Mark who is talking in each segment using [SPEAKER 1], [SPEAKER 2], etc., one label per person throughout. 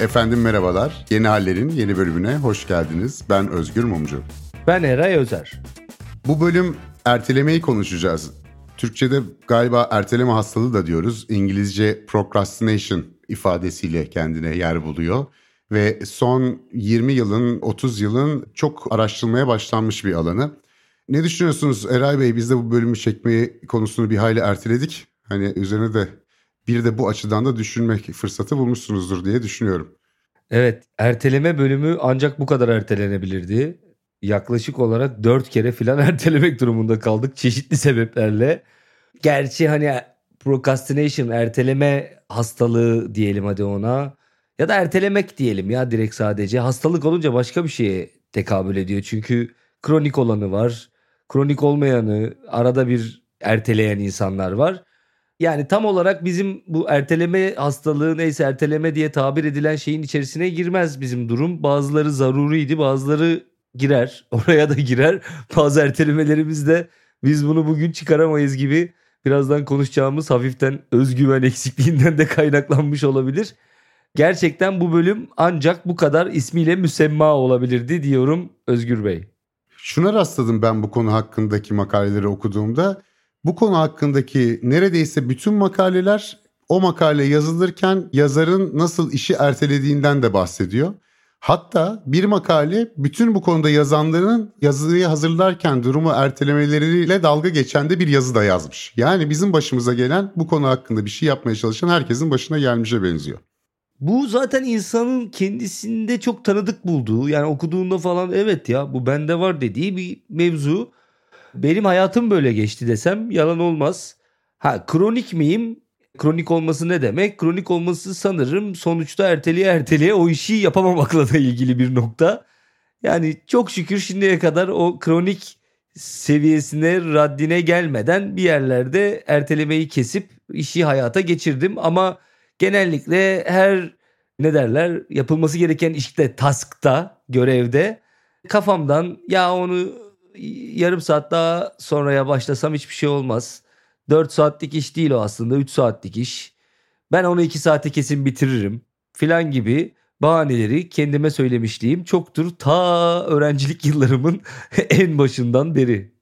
[SPEAKER 1] Efendim merhabalar. Yeni Haller'in yeni bölümüne hoş geldiniz. Ben Özgür Mumcu.
[SPEAKER 2] Ben Eray Özer.
[SPEAKER 1] Bu bölüm ertelemeyi konuşacağız. Türkçe'de galiba erteleme hastalığı da diyoruz. İngilizce procrastination ifadesiyle kendine yer buluyor. Ve son 20 yılın, 30 yılın çok araştırılmaya başlanmış bir alanı. Ne düşünüyorsunuz Eray Bey? Biz de bu bölümü çekmeyi konusunu bir hayli erteledik. Hani üzerine de bir de bu açıdan da düşünmek fırsatı bulmuşsunuzdur diye düşünüyorum.
[SPEAKER 2] Evet, erteleme bölümü ancak bu kadar ertelenebilirdi. Yaklaşık olarak 4 kere falan ertelemek durumunda kaldık çeşitli sebeplerle. Gerçi hani procrastination, erteleme hastalığı diyelim hadi ona. Ya da ertelemek diyelim ya direkt sadece. Hastalık olunca başka bir şeye tekabül ediyor. Çünkü kronik olanı var. Kronik olmayanı arada bir erteleyen insanlar var. Yani tam olarak bizim bu erteleme hastalığı neyse erteleme diye tabir edilen şeyin içerisine girmez bizim durum. Bazıları zaruriydi, bazıları girer. Oraya da girer. Bazı ertelemelerimiz de biz bunu bugün çıkaramayız gibi birazdan konuşacağımız hafiften özgüven eksikliğinden de kaynaklanmış olabilir. Gerçekten bu bölüm ancak bu kadar ismiyle müsemma olabilirdi diyorum Özgür Bey.
[SPEAKER 1] Şuna rastladım ben bu konu hakkındaki makaleleri okuduğumda. Bu konu hakkındaki neredeyse bütün makaleler o makale yazılırken yazarın nasıl işi ertelediğinden de bahsediyor. Hatta bir makale bütün bu konuda yazanların yazıyı hazırlarken durumu ertelemeleriyle dalga geçen de bir yazı da yazmış. Yani bizim başımıza gelen bu konu hakkında bir şey yapmaya çalışan herkesin başına gelmişe benziyor.
[SPEAKER 2] Bu zaten insanın kendisinde çok tanıdık bulduğu, yani okuduğunda falan evet ya bu bende var dediği bir mevzu. Benim hayatım böyle geçti desem yalan olmaz. Ha, kronik miyim? Kronik olması ne demek? Kronik olması sanırım sonuçta erteleye o işi yapamamakla da ilgili bir nokta. Yani çok şükür şimdiye kadar o kronik seviyesine, raddine gelmeden bir yerlerde ertelemeyi kesip işi hayata geçirdim. Ama genellikle her ne derler yapılması gereken işte task'ta, görevde kafamdan ya onu yarım saat daha sonraya başlasam hiçbir şey olmaz. 4 saatlik iş değil o aslında, 3 saatlik iş. Ben onu 2 saate kesin bitiririm filan gibi bahaneleri kendime söylemişliğim çoktur ta öğrencilik yıllarımın en başından beri.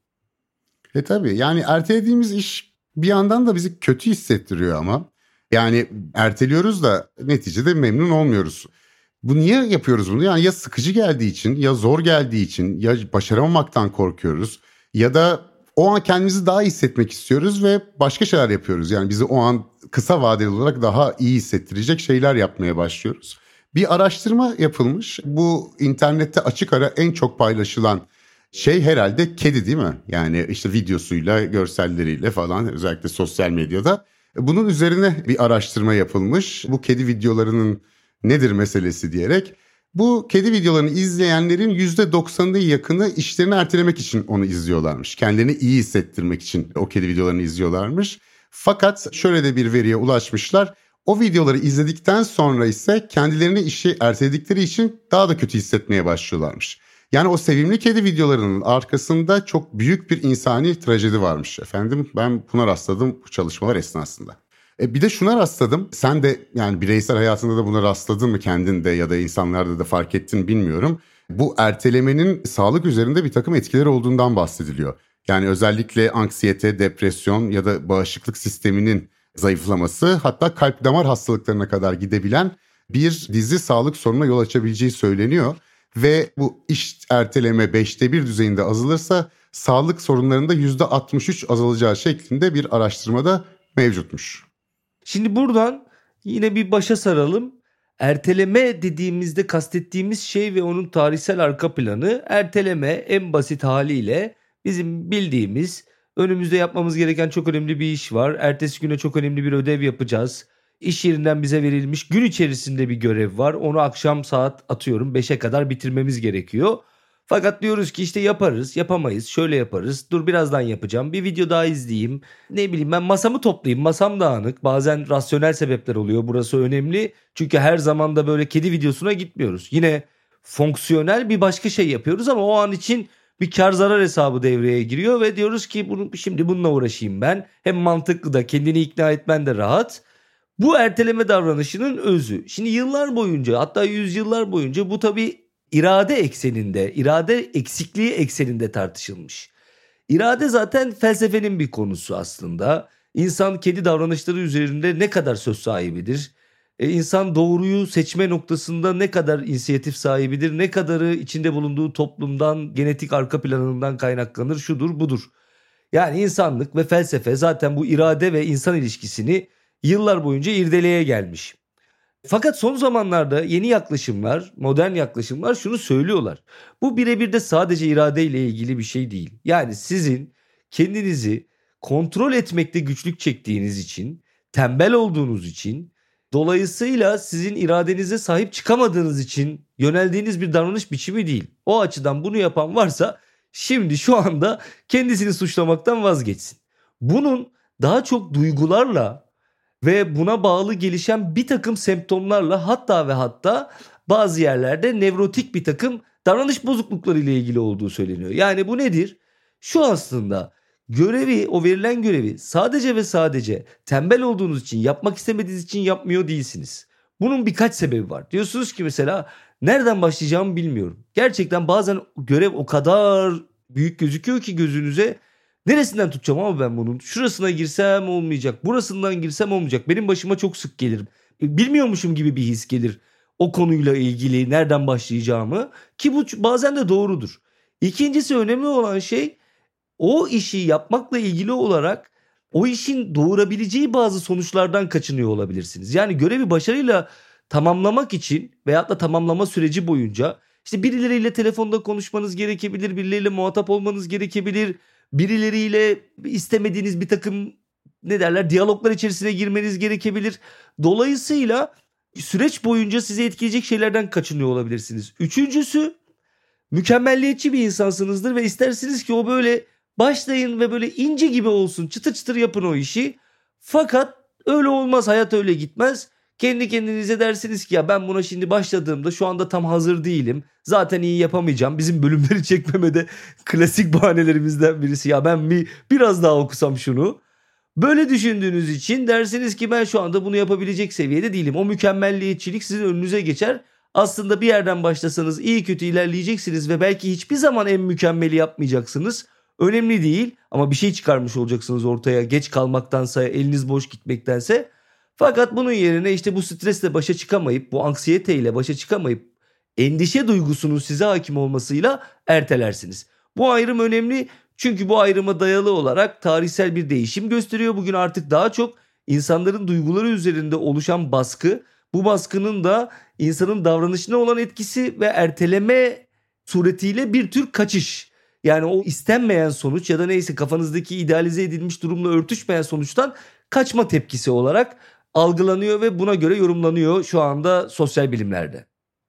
[SPEAKER 1] Tabii yani ertelediğimiz iş bir yandan da bizi kötü hissettiriyor ama. Yani erteliyoruz da neticede memnun olmuyoruz. Bu niye yapıyoruz bunu? Yani ya sıkıcı geldiği için, ya zor geldiği için, ya başaramamaktan korkuyoruz. Ya da o an kendimizi daha iyi hissetmek istiyoruz ve başka şeyler yapıyoruz. Yani bizi o an kısa vadeli olarak daha iyi hissettirecek şeyler yapmaya başlıyoruz. Bir araştırma yapılmış. Bu internette açık ara en çok paylaşılan şey herhalde kedi değil mi? Yani işte videosuyla, görselleriyle falan özellikle sosyal medyada. Bunun üzerine bir araştırma yapılmış. Bu kedi videolarının nedir meselesi diyerek. Bu kedi videolarını izleyenlerin %90'ına yakını işlerini ertelemek için onu izliyorlarmış. Kendilerini iyi hissettirmek için o kedi videolarını izliyorlarmış. Fakat şöyle de bir veriye ulaşmışlar. O videoları izledikten sonra ise kendilerini işi erteledikleri için daha da kötü hissetmeye başlıyorlarmış. Yani o sevimli kedi videolarının arkasında çok büyük bir insani trajedi varmış efendim. Ben buna rastladım bu çalışmalar esnasında. Bir de şuna rastladım. Sen de yani bireysel hayatında da buna rastladın mı kendin de ya da insanlarda da fark ettin bilmiyorum. Bu ertelemenin sağlık üzerinde bir takım etkileri olduğundan bahsediliyor. Yani özellikle anksiyete, depresyon ya da bağışıklık sisteminin zayıflaması hatta kalp damar hastalıklarına kadar gidebilen bir dizi sağlık sorununa yol açabileceği söyleniyor. Ve bu iş erteleme 1/5 düzeyinde azalırsa sağlık sorunlarında %63 azalacağı şeklinde bir araştırmada mevcutmuş.
[SPEAKER 2] Şimdi buradan yine bir başa saralım. Erteleme dediğimizde kastettiğimiz şey ve onun tarihsel arka planı, erteleme en basit haliyle bizim bildiğimiz önümüzde yapmamız gereken çok önemli bir iş var. Ertesi güne çok önemli bir ödev yapacağız. İş yerinden bize verilmiş gün içerisinde bir görev var. Onu akşam saat atıyorum 5'e kadar bitirmemiz gerekiyor. Fakat diyoruz ki işte yaparız, yapamayız, şöyle yaparız. Dur birazdan yapacağım. Bir video daha izleyeyim. Ne bileyim ben masamı toplayayım. Masam dağınık. Bazen rasyonel sebepler oluyor. Burası önemli. Çünkü her zaman da böyle kedi videosuna gitmiyoruz. Yine fonksiyonel bir başka şey yapıyoruz ama o an için bir kar zarar hesabı devreye giriyor ve diyoruz ki şimdi bununla uğraşayım ben. Hem mantıklı da kendini ikna etmen de rahat. Bu erteleme davranışının özü. Şimdi yıllar boyunca, hatta yüzyıllar boyunca bu tabii irade ekseninde, irade eksikliği ekseninde tartışılmış. İrade zaten felsefenin bir konusu aslında. İnsan kendi davranışları üzerinde ne kadar söz sahibidir? İnsan doğruyu seçme noktasında ne kadar inisiyatif sahibidir? Ne kadarı içinde bulunduğu toplumdan, genetik arka planından kaynaklanır? Şudur, budur. Yani insanlık ve felsefe zaten bu irade ve insan ilişkisini yıllar boyunca irdeleye gelmiş. Fakat son zamanlarda yeni yaklaşımlar, modern yaklaşımlar şunu söylüyorlar. Bu birebir de sadece iradeyle ilgili bir şey değil. Yani sizin kendinizi kontrol etmekte güçlük çektiğiniz için, tembel olduğunuz için, dolayısıyla sizin iradenize sahip çıkamadığınız için yöneldiğiniz bir davranış biçimi değil. O açıdan bunu yapan varsa şimdi şu anda kendisini suçlamaktan vazgeçsin. Bunun daha çok duygularla ve buna bağlı gelişen bir takım semptomlarla hatta bazı yerlerde nevrotik bir takım davranış bozuklukları ile ilgili olduğu söyleniyor. Yani bu nedir? Şu aslında o verilen görevi sadece ve sadece tembel olduğunuz için, yapmak istemediğiniz için yapmıyor değilsiniz. Bunun birkaç sebebi var. Diyorsunuz ki mesela nereden başlayacağımı bilmiyorum. Gerçekten bazen görev o kadar büyük gözüküyor ki gözünüze, neresinden tutacağım ama ben bunun? Şurasına girsem olmayacak, burasından girsem olmayacak. Benim başıma çok sık gelir. Bilmiyormuşum gibi bir his gelir o konuyla ilgili nereden başlayacağımı, ki bu bazen de doğrudur. İkincisi, önemli olan şey, o işi yapmakla ilgili olarak o işin doğurabileceği bazı sonuçlardan kaçınıyor olabilirsiniz. Yani görevi başarıyla tamamlamak için veyahut da tamamlama süreci boyunca işte birileriyle telefonda konuşmanız gerekebilir, birileriyle muhatap olmanız gerekebilir, birileriyle istemediğiniz bir takım diyaloglar içerisine girmeniz gerekebilir. Dolayısıyla süreç boyunca sizi etkileyecek şeylerden kaçınıyor olabilirsiniz. Üçüncüsü, mükemmelliyetçi bir insansınızdır ve istersiniz ki o böyle başlayın ve böyle ince gibi olsun, çıtır çıtır yapın o işi. Fakat öyle olmaz, hayat öyle gitmez. Kendi kendinize dersiniz ki ya ben buna şimdi başladığımda şu anda tam hazır değilim. Zaten iyi yapamayacağım. Bizim bölümleri çekmemede klasik bahanelerimizden birisi. Ya ben biraz daha okusam şunu. Böyle düşündüğünüz için dersiniz ki ben şu anda bunu yapabilecek seviyede değilim. O mükemmelliyetçilik sizin önünüze geçer. Aslında bir yerden başlasanız iyi kötü ilerleyeceksiniz ve belki hiçbir zaman en mükemmeli yapmayacaksınız. Önemli değil ama bir şey çıkarmış olacaksınız ortaya, geç kalmaktansa, eliniz boş gitmektense. Fakat bunun yerine işte bu stresle başa çıkamayıp, bu anksiyeteyle başa çıkamayıp, endişe duygusunun size hakim olmasıyla ertelersiniz. Bu ayrım önemli çünkü bu ayrıma dayalı olarak tarihsel bir değişim gösteriyor. Bugün artık daha çok insanların duyguları üzerinde oluşan baskı, bu baskının da insanın davranışına olan etkisi ve erteleme suretiyle bir tür kaçış. Yani o istenmeyen sonuç ya da neyse kafanızdaki idealize edilmiş durumla örtüşmeyen sonuçtan kaçma tepkisi olarak algılanıyor ve buna göre yorumlanıyor şu anda sosyal bilimlerde.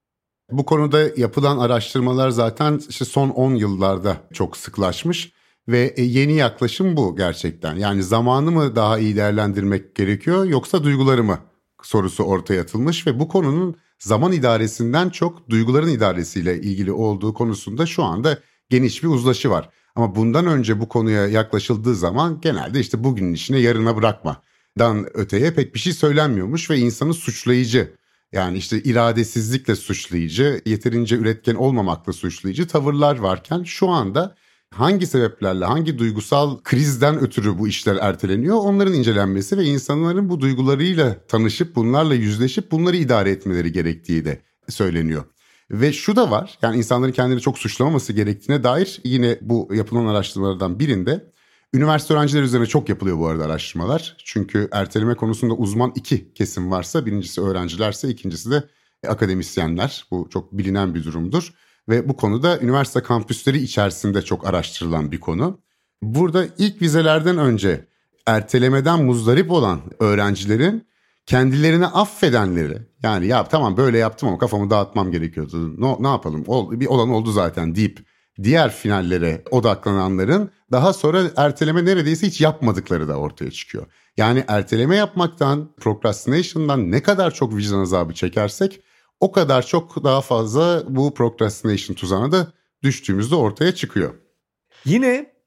[SPEAKER 1] Bu konuda yapılan araştırmalar zaten işte son 10 yıllarda çok sıklaşmış ve yeni yaklaşım bu gerçekten. Yani zamanı mı daha iyi değerlendirmek gerekiyor yoksa duyguları mı sorusu ortaya atılmış ve bu konunun zaman idaresinden çok duyguların idaresiyle ilgili olduğu konusunda şu anda geniş bir uzlaşı var. Ama bundan önce bu konuya yaklaşıldığı zaman genelde işte bugünün işine yarına bırakmadan öteye pek bir şey söylenmiyormuş ve insanı suçlayıcı, yani işte iradesizlikle suçlayıcı, yeterince üretken olmamakla suçlayıcı tavırlar varken şu anda hangi sebeplerle, hangi duygusal krizden ötürü bu işler erteleniyor, onların incelenmesi ve insanların bu duygularıyla tanışıp bunlarla yüzleşip bunları idare etmeleri gerektiği de söyleniyor. Ve şu da var, yani insanların kendini çok suçlamaması gerektiğine dair yine bu yapılan araştırmalardan birinde, üniversite öğrencileri üzerine çok yapılıyor bu arada araştırmalar. Çünkü erteleme konusunda uzman iki kesim varsa, birincisi öğrencilerse ikincisi de akademisyenler. Bu çok bilinen bir durumdur. Ve bu konuda üniversite kampüsleri içerisinde çok araştırılan bir konu. Burada ilk vizelerden önce ertelemeden muzdarip olan öğrencilerin kendilerini affedenleri, yani ya tamam böyle yaptım ama kafamı dağıtmam gerekiyordu, ne yapalım, bir olan oldu zaten deyip diğer finallere odaklananların daha sonra erteleme neredeyse hiç yapmadıkları da ortaya çıkıyor. Yani erteleme yapmaktan, procrastination'dan ne kadar çok vicdan azabı çekersek o kadar çok daha fazla bu procrastination tuzağına da düştüğümüzde ortaya çıkıyor.
[SPEAKER 2] Yine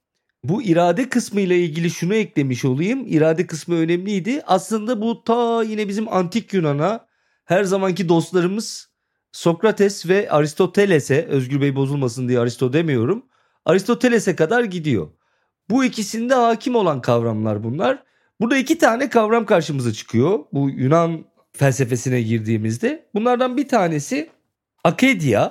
[SPEAKER 2] Bu irade kısmı ile ilgili şunu eklemiş olayım. İrade kısmı önemliydi. Aslında bu ta yine bizim antik Yunan'a, her zamanki dostlarımız Sokrates ve Aristoteles'e, Özgür Bey bozulmasın diye Aristo demiyorum, Aristoteles'e kadar gidiyor. Bu ikisinde hakim olan kavramlar bunlar. Burada 2 tane kavram karşımıza çıkıyor bu Yunan felsefesine girdiğimizde. Bunlardan bir tanesi akedia.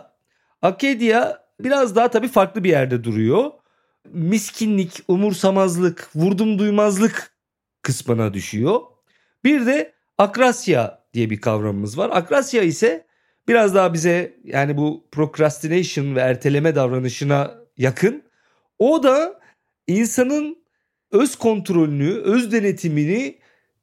[SPEAKER 2] Akedia biraz daha tabii farklı bir yerde duruyor. Miskinlik, umursamazlık, vurdum duymazlık kısmına düşüyor. Bir de akrasya diye bir kavramımız var. Akrasya ise biraz daha bize, yani bu procrastination ve erteleme davranışına yakın. O da insanın öz kontrolünü, öz denetimini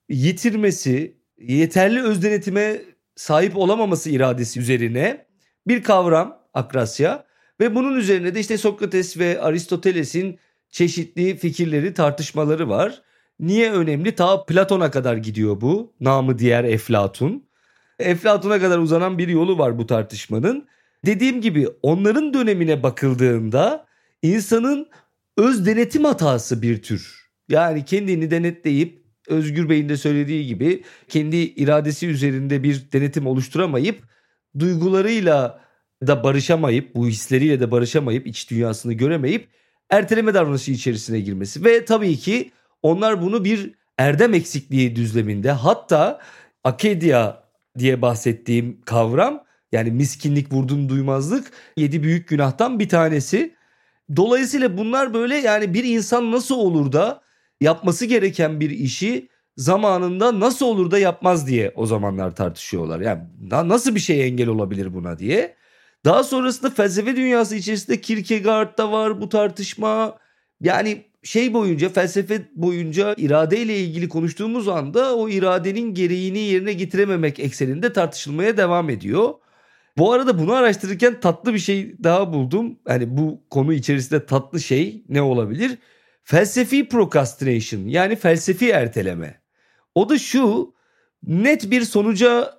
[SPEAKER 2] yitirmesi, yeterli öz denetime sahip olamaması iradesi üzerine bir kavram akrasya. Ve bunun üzerine de işte Sokrates ve Aristoteles'in çeşitli fikirleri, tartışmaları var. Niye önemli? Ta Platon'a kadar gidiyor bu. Namı diğer Eflatun. Eflatun'a kadar uzanan bir yolu var bu tartışmanın. Dediğim gibi onların dönemine bakıldığında insanın öz denetim hatası bir tür. Yani kendini denetleyip, Özgür Bey'in de söylediği gibi kendi iradesi üzerinde bir denetim oluşturamayıp, duygularıyla da barışamayıp, bu hisleriyle de barışamayıp, iç dünyasını göremeyip erteleme davranışı içerisine girmesi. Ve tabii ki onlar bunu bir erdem eksikliği düzleminde, hatta akedia diye bahsettiğim kavram, yani miskinlik, vurdum duymazlık 7 büyük günahtan bir tanesi. Dolayısıyla bunlar böyle, yani bir insan nasıl olur da yapması gereken bir işi zamanında nasıl olur da yapmaz diye o zamanlar tartışıyorlar. Yani nasıl bir şey engel olabilir buna diye. Daha sonrasında felsefe dünyası içerisinde Kierkegaard'da var bu tartışma. Yani felsefe boyunca iradeyle ilgili konuştuğumuz anda o iradenin gereğini yerine getirememek ekseninde tartışılmaya devam ediyor. Bu arada bunu araştırırken tatlı bir şey daha buldum. Hani bu konu içerisinde tatlı şey ne olabilir? Felsefi procrastination, yani felsefi erteleme. O da şu: net bir sonuca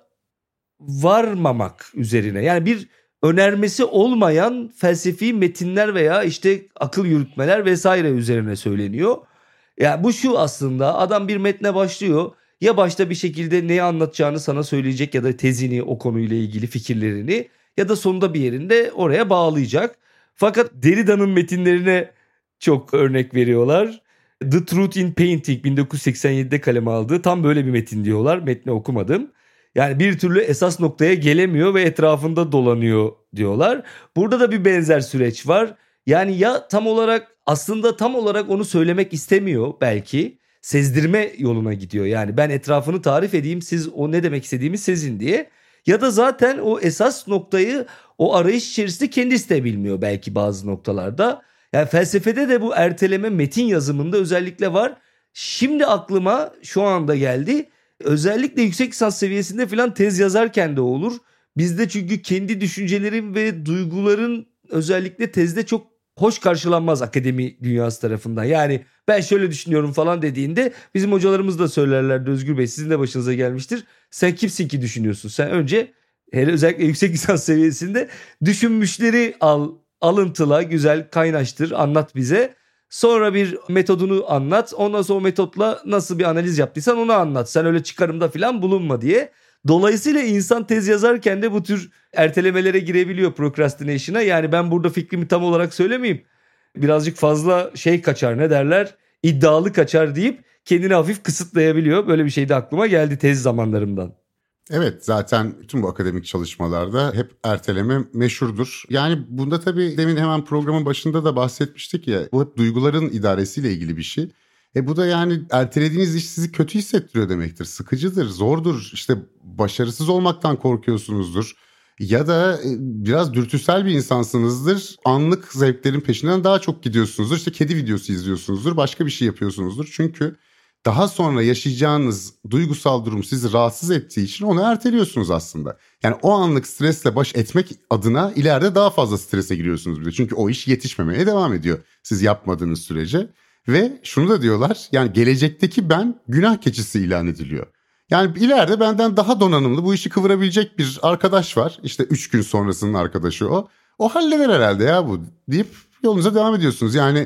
[SPEAKER 2] varmamak üzerine. Yani bir önermesi olmayan felsefi metinler veya işte akıl yürütmeler vesaire üzerine söyleniyor. Yani bu şu: aslında adam bir metne başlıyor. Ya başta bir şekilde neyi anlatacağını sana söyleyecek ya da tezini, o konuyla ilgili fikirlerini, ya da sonunda bir yerinde oraya bağlayacak. Fakat Derrida'nın metinlerine çok örnek veriyorlar. The Truth in Painting 1987'de kaleme aldığı tam böyle bir metin diyorlar. Metni okumadım. Yani bir türlü esas noktaya gelemiyor ve etrafında dolanıyor diyorlar. Burada da bir benzer süreç var. Yani ya aslında tam olarak onu söylemek istemiyor belki. Sezdirme yoluna gidiyor. Yani ben etrafını tarif edeyim, siz o ne demek istediğimi sezin diye. Ya da zaten o esas noktayı o arayış içerisinde kendisi de bilmiyor belki bazı noktalarda. Yani felsefede de bu erteleme metin yazımında özellikle var. Şimdi aklıma şu anda geldi. Özellikle yüksek lisans seviyesinde falan tez yazarken de olur. Bizde çünkü kendi düşüncelerin ve duyguların özellikle tezde çok hoş karşılanmaz akademi dünyası tarafından. Yani ben şöyle düşünüyorum falan dediğinde bizim hocalarımız da söylerlerdi, Özgür Bey sizin de başınıza gelmiştir. Sen kimsin ki düşünüyorsun? Sen önce, hele özellikle yüksek lisans seviyesinde, düşünmüşleri alıntıla, güzel kaynaştır, anlat bize. Sonra bir metodunu anlat. Ondan sonra o metotla nasıl bir analiz yaptıysan onu anlat. Sen öyle çıkarımda falan bulunma diye. Dolayısıyla insan tez yazarken de bu tür ertelemelere girebiliyor, procrastination'a. Yani ben burada fikrimi tam olarak söylemeyeyim, birazcık fazla kaçar, ne derler, iddialı kaçar deyip kendini hafif kısıtlayabiliyor. Böyle bir şey de aklıma geldi tez zamanlarımdan.
[SPEAKER 1] Evet, zaten bütün bu akademik çalışmalarda hep erteleme meşhurdur. Yani bunda tabii demin hemen programın başında da bahsetmiştik ya, bu hep duyguların idaresiyle ilgili bir şey. Bu da yani ertelediğiniz iş sizi kötü hissettiriyor demektir. Sıkıcıdır, zordur, işte başarısız olmaktan korkuyorsunuzdur. Ya da biraz dürtüsel bir insansınızdır. Anlık zevklerin peşinden daha çok gidiyorsunuzdur. İşte kedi videosu izliyorsunuzdur, başka bir şey yapıyorsunuzdur. Çünkü daha sonra yaşayacağınız duygusal durum sizi rahatsız ettiği için onu erteliyorsunuz aslında. Yani o anlık stresle baş etmek adına ileride daha fazla strese giriyorsunuz bir de. Çünkü o iş yetişmemeye devam ediyor siz yapmadığınız sürece. Ve şunu da diyorlar, yani gelecekteki ben günah keçisi ilan ediliyor. Yani ileride benden daha donanımlı, bu işi kıvırabilecek bir arkadaş var. İşte 3 gün sonrasının arkadaşı o. O halleder herhalde ya bu deyip yolunuza devam ediyorsunuz. Yani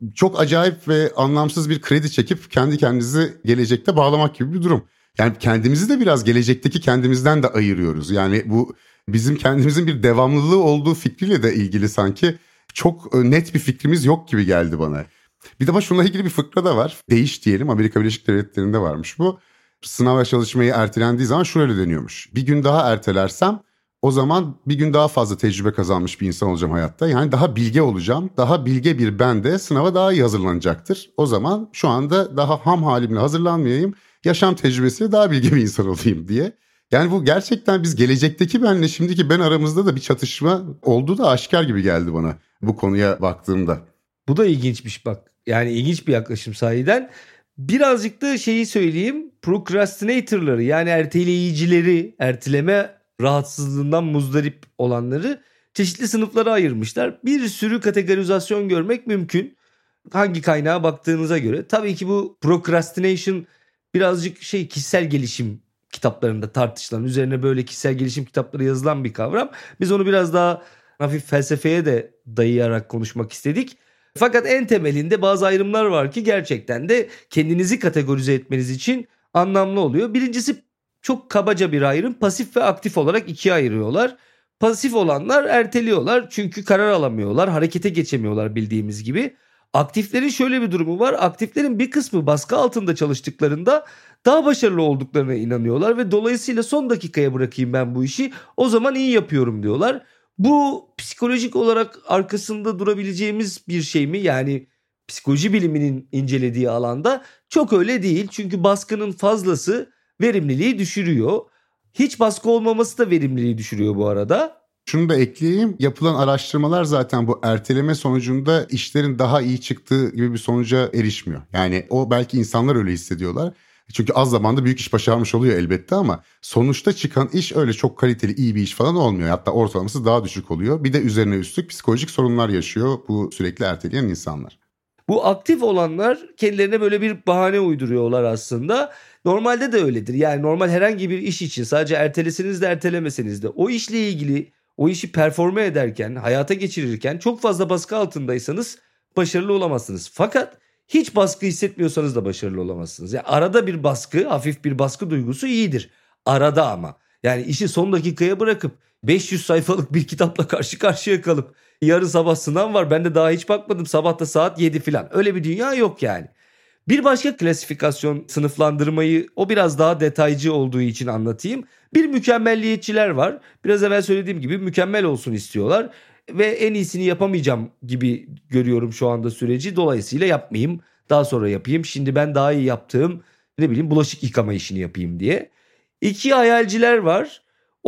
[SPEAKER 1] çok acayip ve anlamsız bir kredi çekip kendi kendimizi gelecekte bağlamak gibi bir durum. Yani kendimizi de biraz gelecekteki kendimizden de ayırıyoruz. Yani bu bizim kendimizin bir devamlılığı olduğu fikriyle de ilgili sanki çok net bir fikrimiz yok gibi geldi bana. Bir de şununla ilgili bir fıkra da var. Değiş diyelim, Amerika Birleşik Devletleri'nde varmış bu. Sınav ve çalışmayı ertelendiği zaman şöyle deniyormuş. Bir gün daha ertelersem o zaman bir gün daha fazla tecrübe kazanmış bir insan olacağım hayatta. Yani daha bilge olacağım. Daha bilge bir ben de sınava daha iyi hazırlanacaktır. O zaman şu anda daha ham halimle hazırlanmayayım. Yaşam tecrübesiyle daha bilge bir insan olayım diye. Yani bu gerçekten biz gelecekteki benle şimdiki ben aramızda da bir çatışma olduğu da aşikar gibi geldi bana bu konuya baktığımda.
[SPEAKER 2] Bu da ilginçmiş bak. Yani ilginç bir yaklaşım sahiden. Birazcık da şeyi söyleyeyim. Procrastinator'ları yani erteleyicileri, erteleme rahatsızlığından muzdarip olanları çeşitli sınıflara ayırmışlar. Bir sürü kategorizasyon görmek mümkün. Hangi kaynağa baktığınıza göre. Tabii ki bu procrastination birazcık kişisel gelişim kitaplarında tartışılan, üzerine böyle kişisel gelişim kitapları yazılan bir kavram. Biz onu biraz daha hafif felsefeye de dayayarak konuşmak istedik. Fakat en temelinde bazı ayrımlar var ki gerçekten de kendinizi kategorize etmeniz için anlamlı oluyor. Birincisi çok kabaca bir ayrım. Pasif ve aktif olarak ikiye ayırıyorlar. Pasif olanlar erteliyorlar çünkü karar alamıyorlar, harekete geçemiyorlar bildiğimiz gibi. Aktiflerin şöyle bir durumu var. Aktiflerin bir kısmı baskı altında çalıştıklarında daha başarılı olduklarına inanıyorlar ve dolayısıyla son dakikaya bırakayım ben bu işi, o zaman iyi yapıyorum diyorlar. Bu psikolojik olarak arkasında durabileceğimiz bir şey mi? Yani psikoloji biliminin incelediği alanda çok öyle değil. Çünkü baskının fazlası verimliliği düşürüyor. Hiç baskı olmaması da verimliliği düşürüyor bu arada.
[SPEAKER 1] Şunu da ekleyeyim. Yapılan araştırmalar zaten bu erteleme sonucunda işlerin daha iyi çıktığı gibi bir sonuca erişmiyor. Yani o belki insanlar öyle hissediyorlar. Çünkü az zamanda büyük iş başarmış oluyor elbette ama sonuçta çıkan iş öyle çok kaliteli iyi bir iş falan olmuyor. Hatta ortalaması daha düşük oluyor. Bir de üzerine üstlük psikolojik sorunlar yaşıyor bu sürekli erteleyen insanlar.
[SPEAKER 2] Bu aktif olanlar kendilerine böyle bir bahane uyduruyorlar aslında. Normalde de öyledir. Yani normal herhangi bir iş için sadece erteleseniz de ertelemeseniz de o işle ilgili o işi performe ederken, hayata geçirirken çok fazla baskı altındaysanız başarılı olamazsınız. Fakat hiç baskı hissetmiyorsanız da başarılı olamazsınız. Yani arada bir baskı, hafif bir baskı duygusu iyidir. Arada ama. Yani işi son dakikaya bırakıp 500 sayfalık bir kitapla karşı karşıya kalıp yarın sabah sınav var, ben de daha hiç bakmadım, sabah da saat 7 falan. Öyle bir dünya yok yani. Bir başka klasifikasyon, sınıflandırmayı o biraz daha detaycı olduğu için anlatayım. Bir mükemmelliyetçiler var. Biraz evvel söylediğim gibi mükemmel olsun istiyorlar. Ve en iyisini yapamayacağım gibi görüyorum şu anda süreci. Dolayısıyla yapmayayım. Daha sonra yapayım. Şimdi ben daha iyi yaptığım bulaşık yıkama işini yapayım diye. İki hayalciler var.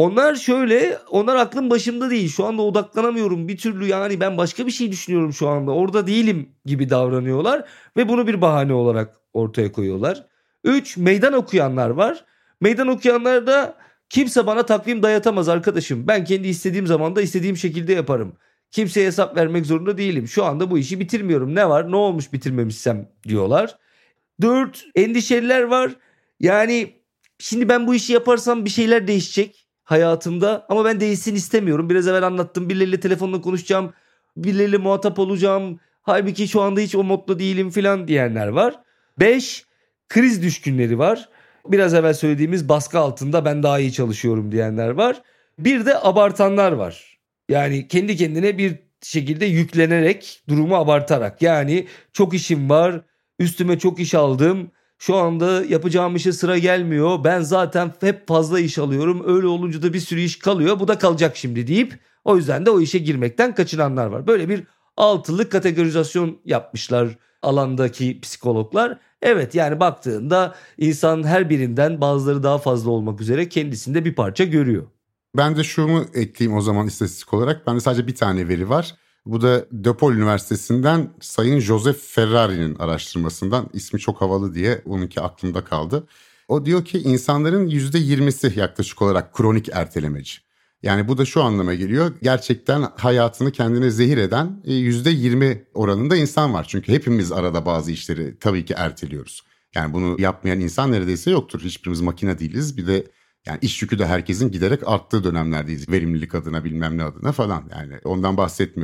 [SPEAKER 2] Onlar aklım başımda değil. Şu anda odaklanamıyorum bir türlü, yani ben başka bir şey düşünüyorum şu anda. Orada değilim gibi davranıyorlar ve bunu bir bahane olarak ortaya koyuyorlar. 3. Meydan okuyanlar var. Meydan okuyanlar da kimse bana takvim dayatamaz arkadaşım. Ben kendi istediğim zamanda istediğim şekilde yaparım. Kimseye hesap vermek zorunda değilim. Şu anda bu işi bitirmiyorum. Ne var? Ne olmuş bitirmemişsem diyorlar. 4. Endişeliler var. Yani şimdi ben bu işi yaparsam bir şeyler değişecek hayatımda ama ben değişsin istemiyorum. Biraz evvel anlattım, birileriyle telefonla konuşacağım, birileriyle muhatap olacağım. Halbuki şu anda hiç o modda değilim filan diyenler var. 5. Kriz düşkünleri var. Biraz evvel söylediğimiz baskı altında ben daha iyi çalışıyorum diyenler var. Bir de abartanlar var. Yani kendi kendine bir şekilde yüklenerek, durumu abartarak. Yani çok işim var, üstüme çok iş aldım, şu anda yapacağım işe sıra gelmiyor, ben zaten hep fazla iş alıyorum, öyle olunca da bir sürü iş kalıyor, bu da kalacak şimdi deyip o yüzden de o işe girmekten kaçınanlar var. Böyle bir altılı kategorizasyon yapmışlar alandaki psikologlar. Evet, yani baktığında insan her birinden, bazıları daha fazla olmak üzere, kendisinde bir parça görüyor.
[SPEAKER 1] Ben de şunu ekleyeyim o zaman istatistik olarak. Bende sadece bir tane veri var. Bu da DePaul Üniversitesi'nden Sayın Joseph Ferrari'nin araştırmasından. İsmi çok havalı diye onunki aklımda kaldı. O diyor ki insanların %20'si yaklaşık olarak kronik ertelemeci. Yani bu da şu anlama geliyor. Gerçekten hayatını kendine zehir eden %20 oranında insan var. Çünkü hepimiz arada bazı işleri tabii ki erteliyoruz. Yani bunu yapmayan insan neredeyse yoktur. Hiçbirimiz makine değiliz. Bir de yani iş yükü de herkesin giderek arttığı dönemlerdeyiz. Verimlilik adına, bilmem ne adına falan. Yani ondan bahsetmiyorum.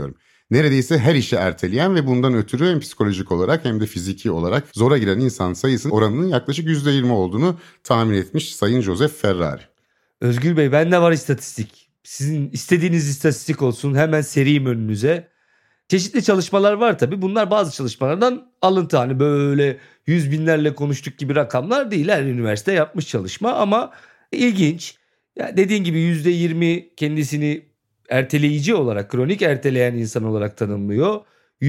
[SPEAKER 1] neredeyse her işi erteleyen ve bundan ötürü hem psikolojik olarak hem de fiziki olarak zora giren insan sayısının oranının yaklaşık %20 olduğunu tahmin etmiş Sayın Joseph Ferrari.
[SPEAKER 2] Özgür Bey, bende var istatistik. Sizin istediğiniz istatistik olsun, hemen sereyim önünüze. Çeşitli çalışmalar var tabii. Bunlar bazı çalışmalardan alıntı. Hani böyle yüz binlerle konuştuk gibi rakamlar değil. Her üniversite yapmış çalışma ama ilginç. Ya dediğin gibi %20 kendisini erteleyici olarak, kronik erteleyen insan olarak tanımlıyor.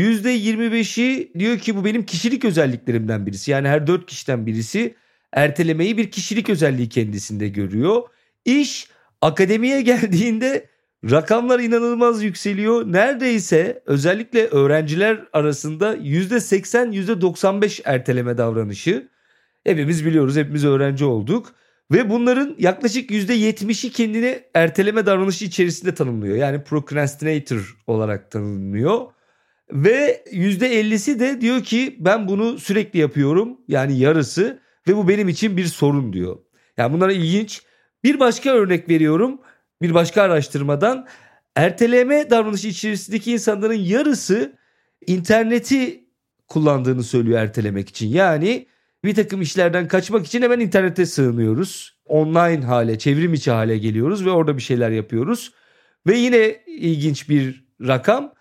[SPEAKER 2] %25'i diyor ki bu benim kişilik özelliklerimden birisi. Yani her 4 kişiden birisi ertelemeyi bir kişilik özelliği kendisinde görüyor. İş akademiye geldiğinde rakamlar inanılmaz yükseliyor. Neredeyse özellikle öğrenciler arasında %80, %95 erteleme davranışı. Hepimiz biliyoruz, hepimiz öğrenci olduk. Ve bunların yaklaşık %70'i kendini erteleme davranışı içerisinde tanımlıyor. Yani procrastinator olarak tanımlıyor. Ve %50'si de diyor ki ben bunu sürekli yapıyorum. Yani yarısı ve bu benim için bir sorun diyor. Yani bunlar ilginç. Bir başka örnek veriyorum. Bir başka araştırmadan erteleme davranışı içerisindeki insanların yarısı interneti kullandığını söylüyor ertelemek için. Yani bir takım işlerden kaçmak için hemen internete sığınıyoruz. Online hale, çevrim içi hale geliyoruz ve orada bir şeyler yapıyoruz. Ve yine ilginç bir rakam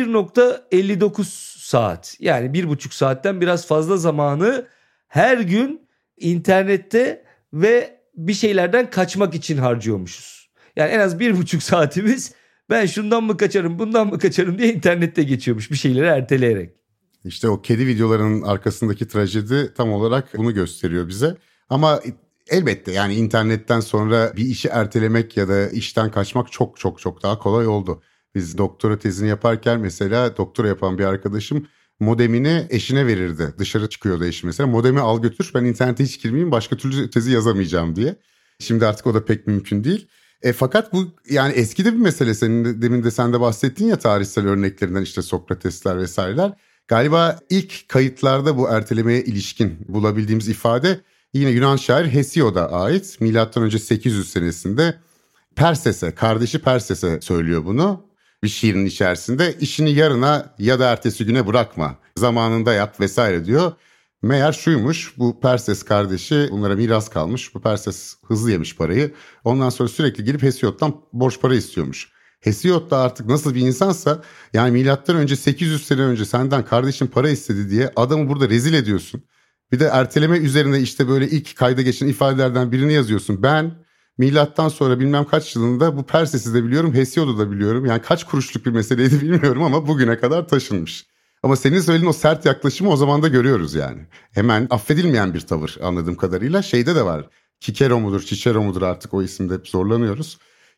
[SPEAKER 2] 1.59 saat, yani 1,5 saatten biraz fazla zamanı her gün internette ve bir şeylerden kaçmak için harcıyormuşuz. Yani en az 1,5 saatimiz ben şundan mı kaçarım bundan mı kaçarım diye internette geçiyormuş bir şeyleri erteleyerek.
[SPEAKER 1] İşte o kedi videolarının arkasındaki trajedi tam olarak bunu gösteriyor bize. Ama elbette yani internetten sonra bir işi ertelemek ya da işten kaçmak çok çok çok daha kolay oldu. Biz doktora tezini yaparken mesela doktora yapan bir arkadaşım modemini eşine verirdi. Dışarı çıkıyordu eşi mesela. Modemi al götür, ben internete hiç girmeyeyim, başka türlü tezi yazamayacağım diye. Şimdi artık o da pek mümkün değil. Fakat bu yani eski de bir mesele. Senin demin de sen de bahsettin ya tarihsel örneklerinden, işte Sokratesler vesaireler. Galiba ilk kayıtlarda bu ertelemeye ilişkin bulabildiğimiz ifade yine Yunan şair Hesiod'a ait. Milattan önce 800 senesinde Perses'e, kardeşi Perses'e söylüyor bunu. Bir şiirin içerisinde işini yarına ya da ertesi güne bırakma, zamanında yap vesaire diyor. Meğer şuymuş, bu Perses kardeşi bunlara miras kalmış. Bu Perses hızlı yemiş parayı. Ondan sonra sürekli gelip Hesiod'dan borç para istiyormuş. Hesiod da artık nasıl bir insansa, yani milattan önce 800 sene önce senden kardeşin para istedi diye adamı burada rezil ediyorsun. Bir de erteleme üzerine işte böyle ilk kayda geçen ifadelerden birini yazıyorsun. Ben milattan sonra bilmem kaç yılında bu Perses'i de biliyorum, Hesiod'u da biliyorum. Yani kaç kuruşluk bir meseleydi bilmiyorum ama bugüne kadar taşınmış. Ama senin söylediğin o sert yaklaşımı o zaman da görüyoruz yani. Hemen affedilmeyen bir tavır anladığım kadarıyla. Şeyde de var. Cicero mudur, Cicero mudur, artık o isimde hep zorlanıyoruz.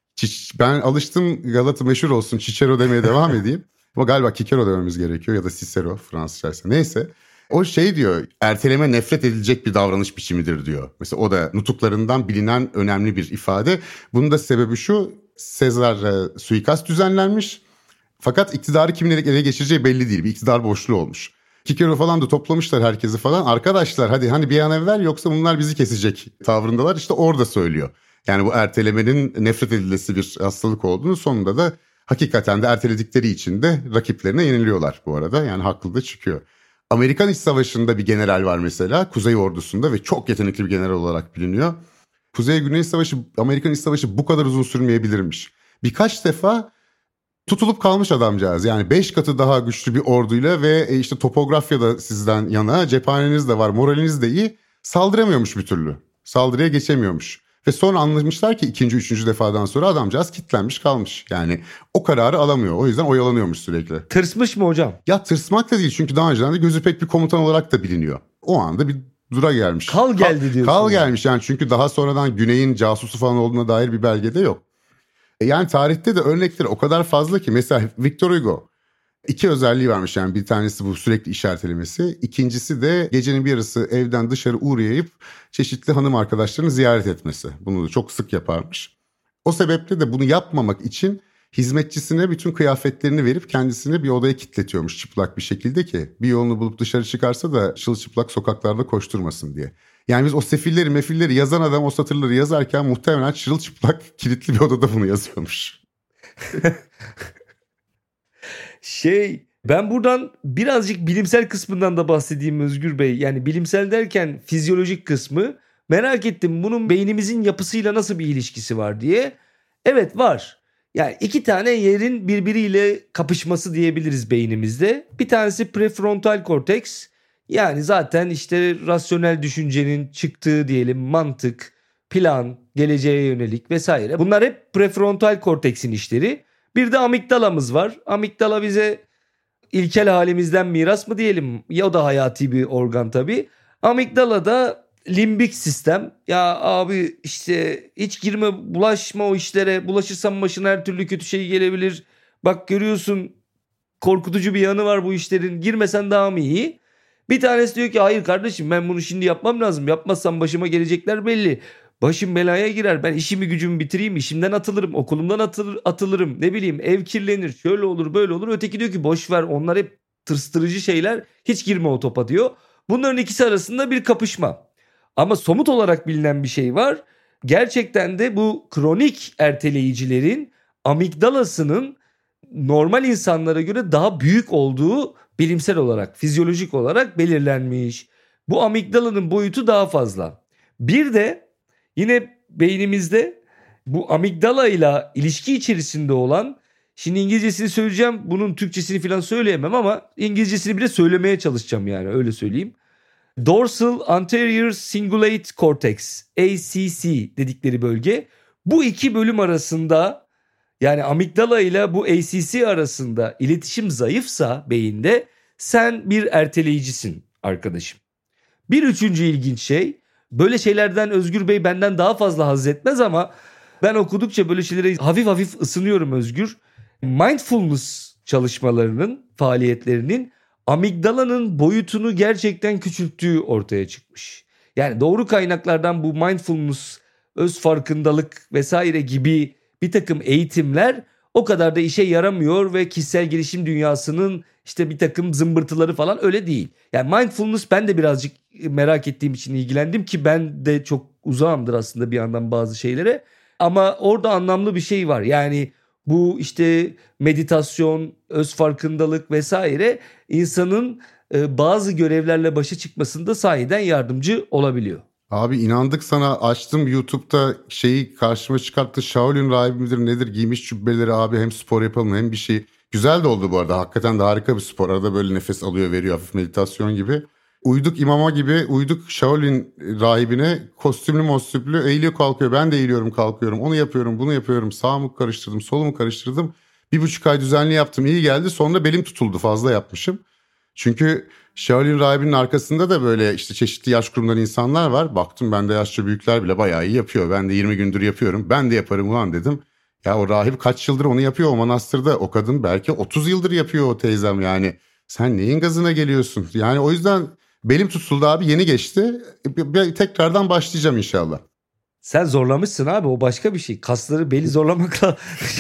[SPEAKER 1] Ben alıştım Galata meşhur olsun, Cicero demeye devam edeyim. Ama galiba Cicero dememiz gerekiyor ya da Cicero Fransızcaysa. Neyse. O şey diyor, erteleme nefret edilecek bir davranış biçimidir diyor. Mesela o da nutuklarından bilinen önemli bir ifade. Bunun da sebebi şu: Sezar suikast düzenlenmiş. Fakat iktidarı kimin ele geçireceği belli değil. Bir iktidar boşluğu olmuş. Cicero falan da toplamışlar herkesi falan. Arkadaşlar hadi hani bir an evvel, yoksa bunlar bizi kesecek tavrındalar. İşte orada söylüyor. Yani bu ertelemenin nefret edilesi bir hastalık olduğunu, sonunda da hakikaten de erteledikleri için de rakiplerine yeniliyorlar bu arada. Yani haklı da çıkıyor. Amerikan İç Savaşı'nda bir general var mesela, Kuzey Ordusu'nda, ve çok yetenekli bir general olarak biliniyor. Kuzey-Güney Savaşı, Amerikan İç Savaşı bu kadar uzun sürmeyebilirmiş. Birkaç defa tutulup kalmış adamcağız. Yani 5 katı daha güçlü bir orduyla ve işte topografya da sizden yana, cephaneniz de var, moraliniz de iyi, saldıramıyormuş bir türlü. Saldırıya geçemiyormuş. Ve sonra anlamışlar ki ikinci, üçüncü defadan sonra adamcağız kilitlenmiş kalmış. Yani o kararı alamıyor. O yüzden oyalanıyormuş sürekli.
[SPEAKER 2] Tırsmış mı hocam?
[SPEAKER 1] Ya tırsmak da değil, çünkü daha önceden de gözü pek bir komutan olarak da biliniyor. O anda bir dura gelmiş.
[SPEAKER 2] Kal geldi diyorsun.
[SPEAKER 1] Kal gelmiş yani, çünkü daha sonradan Güney'in casusu falan olduğuna dair bir belge de yok. Yani tarihte de örnekleri o kadar fazla ki, mesela Victor Hugo 2 özelliği varmış. Yani bir tanesi bu sürekli iş ertelemesi. İkincisi de gecenin bir yarısı evden dışarı uğrayıp çeşitli hanım arkadaşlarını ziyaret etmesi. Bunu da çok sık yaparmış. O sebeple de bunu yapmamak için hizmetçisine bütün kıyafetlerini verip kendisini bir odaya kilitletiyormuş çıplak bir şekilde, ki bir yolunu bulup dışarı çıkarsa da çılçıplak sokaklarda koşturmasın diye. Yani biz o sefilleri mefilleri yazan adam o satırları yazarken muhtemelen çırılçıplak kilitli bir odada bunu yazıyormuş.
[SPEAKER 2] Ben buradan birazcık bilimsel kısmından da bahsedeyim Özgür Bey. Yani bilimsel derken fizyolojik kısmı. Merak ettim bunun beynimizin yapısıyla nasıl bir ilişkisi var diye. Evet var. Yani 2 tane yerin birbiriyle kapışması diyebiliriz beynimizde. Bir tanesi prefrontal korteks. Yani zaten işte rasyonel düşüncenin çıktığı diyelim mantık, plan, geleceğe yönelik vesaire. Bunlar hep prefrontal korteksin işleri. Bir de amigdalamız var. Amigdala bize ilkel halimizden miras mı diyelim? Ya o da hayati bir organ tabii. Amigdala da limbik sistem. Ya abi işte hiç girme, bulaşma o işlere. Bulaşırsan başına her türlü kötü şey gelebilir. Bak görüyorsun korkutucu bir yanı var bu işlerin. Girmesen daha mı iyi? Bir tanesi diyor ki hayır kardeşim ben bunu şimdi yapmam lazım. Yapmazsam başıma gelecekler belli. Başım belaya girer. Ben işimi gücümü bitireyim. İşimden atılırım. Okulumdan atılırım. Ne bileyim ev kirlenir. Şöyle olur böyle olur. Öteki diyor ki boş ver onlar hep tırstırıcı şeyler. Hiç girme o topa diyor. Bunların ikisi arasında bir kapışma. Ama somut olarak bilinen bir şey var. Gerçekten de bu kronik erteleyicilerin amigdalasının normal insanlara göre daha büyük olduğu bilimsel olarak, fizyolojik olarak belirlenmiş. Bu amigdalanın boyutu daha fazla. Bir de yine beynimizde bu amigdala ile ilişki içerisinde olan, şimdi İngilizcesini söyleyeceğim, bunun Türkçesini falan söyleyemem ama İngilizcesini bile söylemeye çalışacağım yani öyle söyleyeyim. Dorsal Anterior Cingulate Cortex, ACC dedikleri bölge. Bu iki bölüm arasında yani amigdala ile bu ACC arasında iletişim zayıfsa beyinde sen bir erteleyicisin arkadaşım. Bir üçüncü ilginç şey, böyle şeylerden Özgür Bey benden daha fazla haz etmez ama ben okudukça böyle şeylere hafif hafif ısınıyorum Özgür. Mindfulness çalışmalarının, faaliyetlerinin amigdalanın boyutunu gerçekten küçülttüğü ortaya çıkmış. Yani doğru kaynaklardan bu mindfulness, öz farkındalık vesaire gibi bir takım eğitimler o kadar da işe yaramıyor ve kişisel gelişim dünyasının işte bir takım zımbırtıları falan öyle değil. Yani mindfulness ben de birazcık merak ettiğim için ilgilendim ki ben de çok uzağımdır aslında bir yandan bazı şeylere. Ama orada anlamlı bir şey var. Yani bu işte meditasyon, öz farkındalık vesaire insanın bazı görevlerle başa çıkmasında sahiden yardımcı olabiliyor.
[SPEAKER 1] Abi inandık sana, açtım YouTube'da şeyi karşıma çıkarttı. Shaolin rahibi midir nedir giymiş cübbeleri abi, hem spor yapalım hem bir şey. Güzel de oldu bu arada, hakikaten de harika bir spor. Arada böyle nefes alıyor veriyor, hafif meditasyon gibi. Uyduk imama gibi, uyduk Shaolin rahibine, kostümlü eğiliyor kalkıyor. Ben de eğiliyorum kalkıyorum, onu yapıyorum bunu yapıyorum. Sağımı karıştırdım solumu karıştırdım. 1,5 ay düzenli yaptım, iyi geldi. Sonra belim tutuldu, fazla yapmışım. Çünkü Shaolin rahibinin arkasında da böyle işte çeşitli yaş grubundan insanlar var. Baktım ben de yaşça büyükler bile bayağı iyi yapıyor. Ben de 20 gündür yapıyorum. Ben de yaparım ulan dedim. Ya o rahip kaç yıldır onu yapıyor o manastırda. O kadın belki 30 yıldır yapıyor o teyzem yani. Sen neyin gazına geliyorsun? Yani o yüzden belim tutuldu abi, yeni geçti. Tekrardan başlayacağım inşallah.
[SPEAKER 2] Sen zorlamışsın abi, o başka bir şey. Kasları beli zorlamakla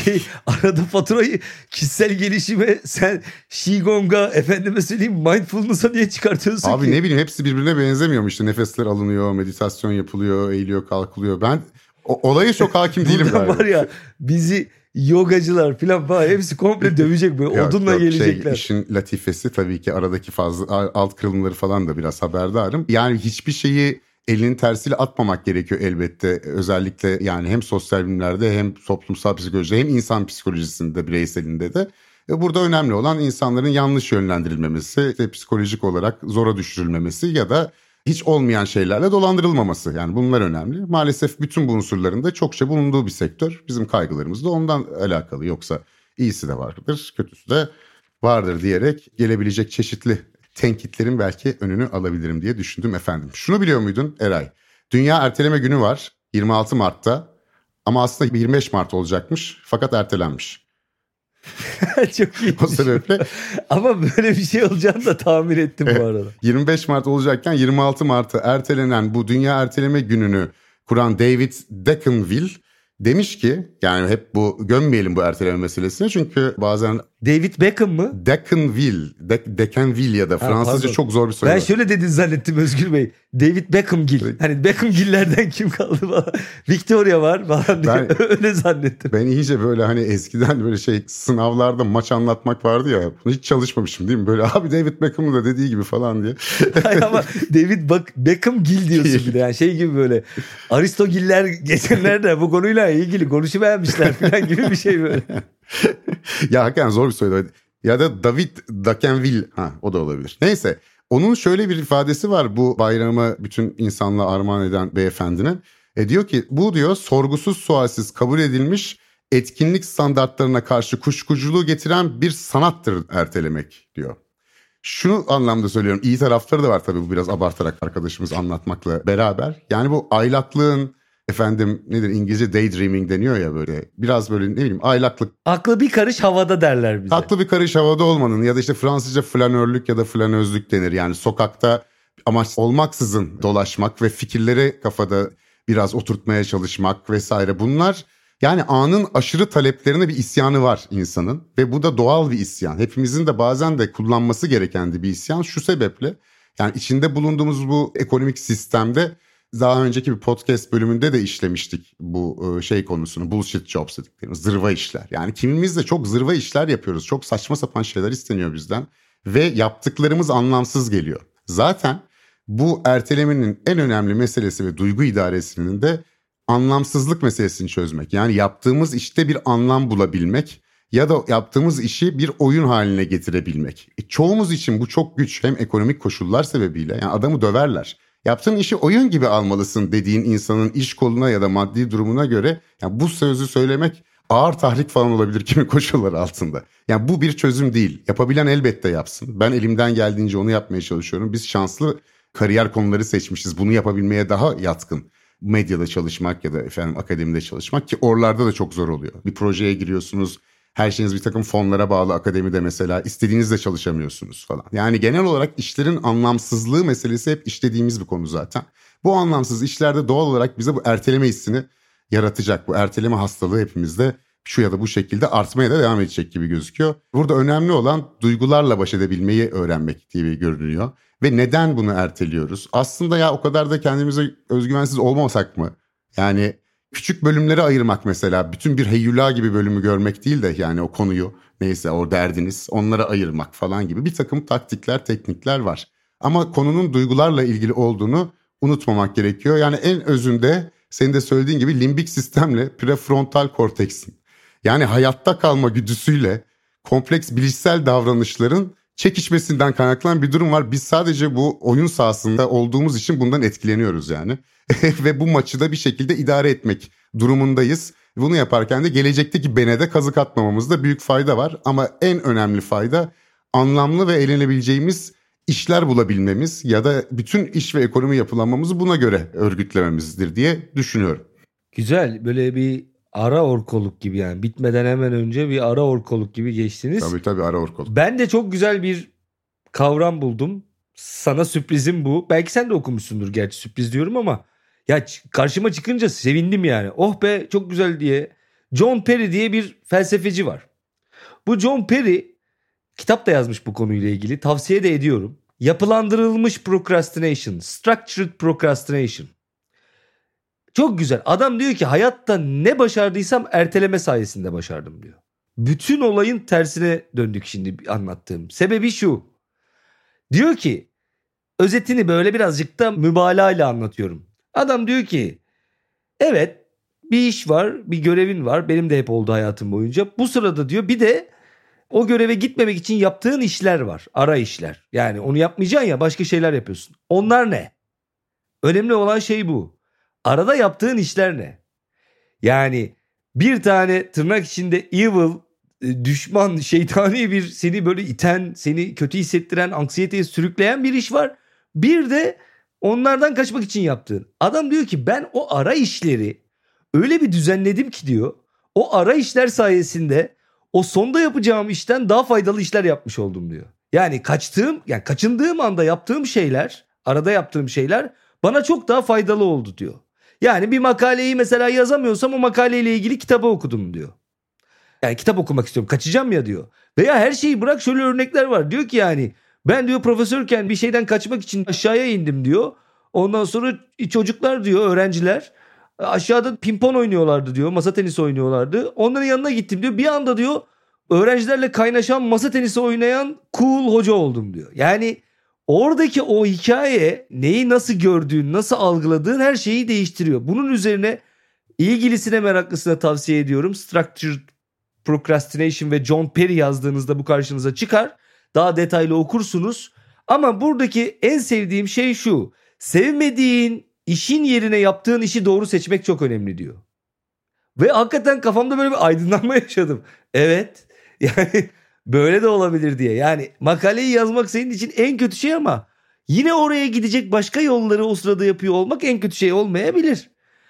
[SPEAKER 2] arada faturayı kişisel gelişime sen Qigong'a efendime söyleyeyim mindfulness'a niye çıkartıyorsun
[SPEAKER 1] abi
[SPEAKER 2] ki?
[SPEAKER 1] Abi ne bileyim, hepsi birbirine benzemiyor mu işte, nefesler alınıyor, meditasyon yapılıyor, eğiliyor kalkılıyor. Ben olaya çok hakim değilim
[SPEAKER 2] galiba.
[SPEAKER 1] Burada
[SPEAKER 2] var ya bizi yogacılar falan hepsi komple dövecek böyle odunla gelecekler.
[SPEAKER 1] İşin latifesi tabii ki aradaki fazla alt kırılımları falan da biraz haberdarım. Yani hiçbir şeyi elinin tersiyle atmamak gerekiyor elbette. Özellikle yani hem sosyal bilimlerde hem toplumsal psikolojide hem insan psikolojisinde, bireyselinde de. Burada önemli olan insanların yanlış yönlendirilmemesi, işte psikolojik olarak zora düşürülmemesi ya da hiç olmayan şeylerle dolandırılmaması. Yani bunlar önemli. Maalesef bütün bu unsurların da çokça bulunduğu bir sektör. Bizim kaygılarımız da ondan alakalı. Yoksa iyisi de vardır, kötüsü de vardır diyerek gelebilecek çeşitli tenkitlerin belki önünü alabilirim diye düşündüm efendim. Şunu biliyor muydun Eray? Dünya Erteleme Günü var 26 Mart'ta ama aslında 25 Mart olacakmış fakat ertelenmiş.
[SPEAKER 2] Çok iyi.
[SPEAKER 1] O sebeple.
[SPEAKER 2] Ama böyle bir şey olacağını da tahmin ettim bu arada.
[SPEAKER 1] 25 Mart olacakken 26 Mart'a ertelenen bu Dünya Erteleme Günü'nü kuran David Deccanville demiş ki, yani hep bu gömmeyelim bu erteleme meselesini, çünkü bazen
[SPEAKER 2] David Beckham mı?
[SPEAKER 1] Decanville ya da Fransızca çok zor bir soru.
[SPEAKER 2] Ben şöyle dedin zannettim Özgür Bey. David Beckhamgil. Hani Beckhamgillerden kim kaldı falan. Victoria var falan diye. Öyle zannettim.
[SPEAKER 1] Ben iyice böyle hani eskiden böyle sınavlarda maç anlatmak vardı ya. Hiç çalışmamışım değil mi? Böyle abi David Beckham'ın da dediği gibi falan diye.
[SPEAKER 2] Hayır ama David Beckhamgil diyorsun bir de. Yani şey gibi böyle. Aristogiller geçenlerde bu konuyla ilgili konuşuvermişler falan gibi bir şey böyle.
[SPEAKER 1] Ya hakikaten zor bir soru. Ya da David Dacanville. O da olabilir. Neyse. Onun şöyle bir ifadesi var bu bayramı bütün insanlığa armağan eden beyefendinin. Diyor ki bu diyor sorgusuz sualsiz kabul edilmiş etkinlik standartlarına karşı kuşkuculuğu getiren bir sanattır ertelemek diyor. Şu anlamda söylüyorum, iyi tarafları da var tabii, bu biraz abartarak arkadaşımız anlatmakla beraber. Yani bu aylaklığın nedir İngilizce daydreaming deniyor ya, böyle biraz böyle ne bileyim aylaklık.
[SPEAKER 2] Aklı bir karış havada derler bize.
[SPEAKER 1] Aklı bir karış havada olmanın ya da işte Fransızca flanörlük ya da flanözlük denir. Yani sokakta amaç olmaksızın dolaşmak ve fikirleri kafada biraz oturtmaya çalışmak vesaire, bunlar yani anın aşırı taleplerine bir isyanı var insanın ve bu da doğal bir isyan. Hepimizin de bazen de kullanması gereken de bir isyan. Şu sebeple yani içinde bulunduğumuz bu ekonomik sistemde daha önceki bir podcast bölümünde de işlemiştik bu konusunu, bullshit jobs dediklerimiz, zırva işler. Yani kimimiz de çok zırva işler yapıyoruz, çok saçma sapan şeyler isteniyor bizden ve yaptıklarımız anlamsız geliyor. Zaten bu ertelemenin en önemli meselesi ve duygu idaresinin de anlamsızlık meselesini çözmek. Yani yaptığımız işte bir anlam bulabilmek ya da yaptığımız işi bir oyun haline getirebilmek. Çoğumuz için bu çok güç, hem ekonomik koşullar sebebiyle. Yani adamı döverler. Yaptığın işi oyun gibi almalısın dediğin insanın iş koluna ya da maddi durumuna göre yani bu sözü söylemek ağır tahrik falan olabilir kimi koşullar altında. Yani bu bir çözüm değil. Yapabilen elbette yapsın. Ben elimden geldiğince onu yapmaya çalışıyorum. Biz şanslı kariyer konuları seçmişiz. Bunu yapabilmeye daha yatkın. Medyada çalışmak ya da akademide çalışmak, ki oralarda da çok zor oluyor. Bir projeye giriyorsunuz. Her şeyiniz bir takım fonlara bağlı, akademide mesela istediğinizde çalışamıyorsunuz falan. Yani genel olarak işlerin anlamsızlığı meselesi hep işlediğimiz bir konu zaten. Bu anlamsız işlerde doğal olarak bize bu erteleme hissini yaratacak. Bu erteleme hastalığı hepimizde şu ya da bu şekilde artmaya da devam edecek gibi gözüküyor. Burada önemli olan duygularla baş edebilmeyi öğrenmek gibi görünüyor. Ve neden bunu erteliyoruz? Aslında ya o kadar da kendimize özgüvensiz olmasak mı? Yani küçük bölümlere ayırmak mesela, bütün bir heyyula gibi bölümü görmek değil de yani o konuyu neyse o derdiniz onlara ayırmak falan gibi bir takım taktikler, teknikler var. Ama konunun duygularla ilgili olduğunu unutmamak gerekiyor. Yani en özünde senin de söylediğin gibi limbik sistemle prefrontal korteksin, yani hayatta kalma güdüsüyle kompleks bilişsel davranışların çekişmesinden kaynaklanan bir durum var. Biz sadece bu oyun sahasında olduğumuz için bundan etkileniyoruz yani. Ve bu maçı da bir şekilde idare etmek durumundayız. Bunu yaparken de gelecekteki bene de kazık atmamamızda büyük fayda var. Ama en önemli fayda anlamlı ve eğlenebileceğimiz işler bulabilmemiz ya da bütün iş ve ekonomi yapılanmamızı buna göre örgütlememizdir diye düşünüyorum.
[SPEAKER 2] Güzel, böyle bir ara orkoluk gibi, yani bitmeden hemen önce bir ara orkoluk gibi geçtiniz.
[SPEAKER 1] Tabii ara orkoluk.
[SPEAKER 2] Ben de çok güzel bir kavram buldum. Sana sürprizim bu. Belki sen de okumuşsundur gerçi, sürpriz diyorum ama ya karşıma çıkınca sevindim yani. Oh be çok güzel diye. John Perry diye bir felsefeci var. Bu John Perry kitap da yazmış bu konuyla ilgili. Tavsiye de ediyorum. Yapılandırılmış procrastination, structured procrastination. Çok güzel. Adam diyor ki hayatta ne başardıysam erteleme sayesinde başardım diyor. Bütün olayın tersine döndük şimdi anlattığım. Sebebi şu. Diyor ki, özetini böyle birazcık da mübalağayla anlatıyorum. Adam diyor ki evet bir iş var, bir görevin var. Benim de hep oldu hayatım boyunca. Bu sırada diyor bir de o göreve gitmemek için yaptığın işler var. Ara işler. Yani onu yapmayacaksın ya, başka şeyler yapıyorsun. Onlar ne? Önemli olan şey bu. Arada yaptığın işler ne? Yani bir tane tırnak içinde evil, düşman, şeytani bir seni böyle iten, seni kötü hissettiren, anksiyeteye sürükleyen bir iş var. Bir de onlardan kaçmak için yaptığın. Adam diyor ki ben o ara işleri öyle bir düzenledim ki diyor. O ara işler sayesinde o sonda yapacağım işten daha faydalı işler yapmış oldum diyor. Yani kaçındığım anda yaptığım şeyler, arada yaptığım şeyler bana çok daha faydalı oldu diyor. Yani bir makaleyi mesela yazamıyorsam o makaleyle ilgili kitabı okudum diyor. Yani kitap okumak istiyorum. Kaçacağım ya diyor. Veya her şeyi bırak, şöyle örnekler var. Diyor ki yani ben diyor profesörken bir şeyden kaçmak için aşağıya indim diyor. Ondan sonra çocuklar diyor, öğrenciler aşağıda pimpon oynuyorlardı diyor. Masa tenisi oynuyorlardı. Onların yanına gittim diyor. Bir anda diyor öğrencilerle kaynaşan, masa tenisi oynayan cool hoca oldum diyor. Yani oradaki o hikaye neyi nasıl gördüğün, nasıl algıladığın her şeyi değiştiriyor. Bunun üzerine ilgilisine, meraklısına tavsiye ediyorum. Structured Procrastination ve John Perry yazdığınızda bu karşınıza çıkar. Daha detaylı okursunuz. Ama buradaki en sevdiğim şey şu: sevmediğin işin yerine yaptığın işi doğru seçmek çok önemli diyor. Ve hakikaten kafamda böyle bir aydınlanma yaşadım. Evet, yani böyle de olabilir diye. Yani makaleyi yazmak senin için en kötü şey ama yine oraya gidecek başka yolları o sırada yapıyor olmak en kötü şey olmayabilir.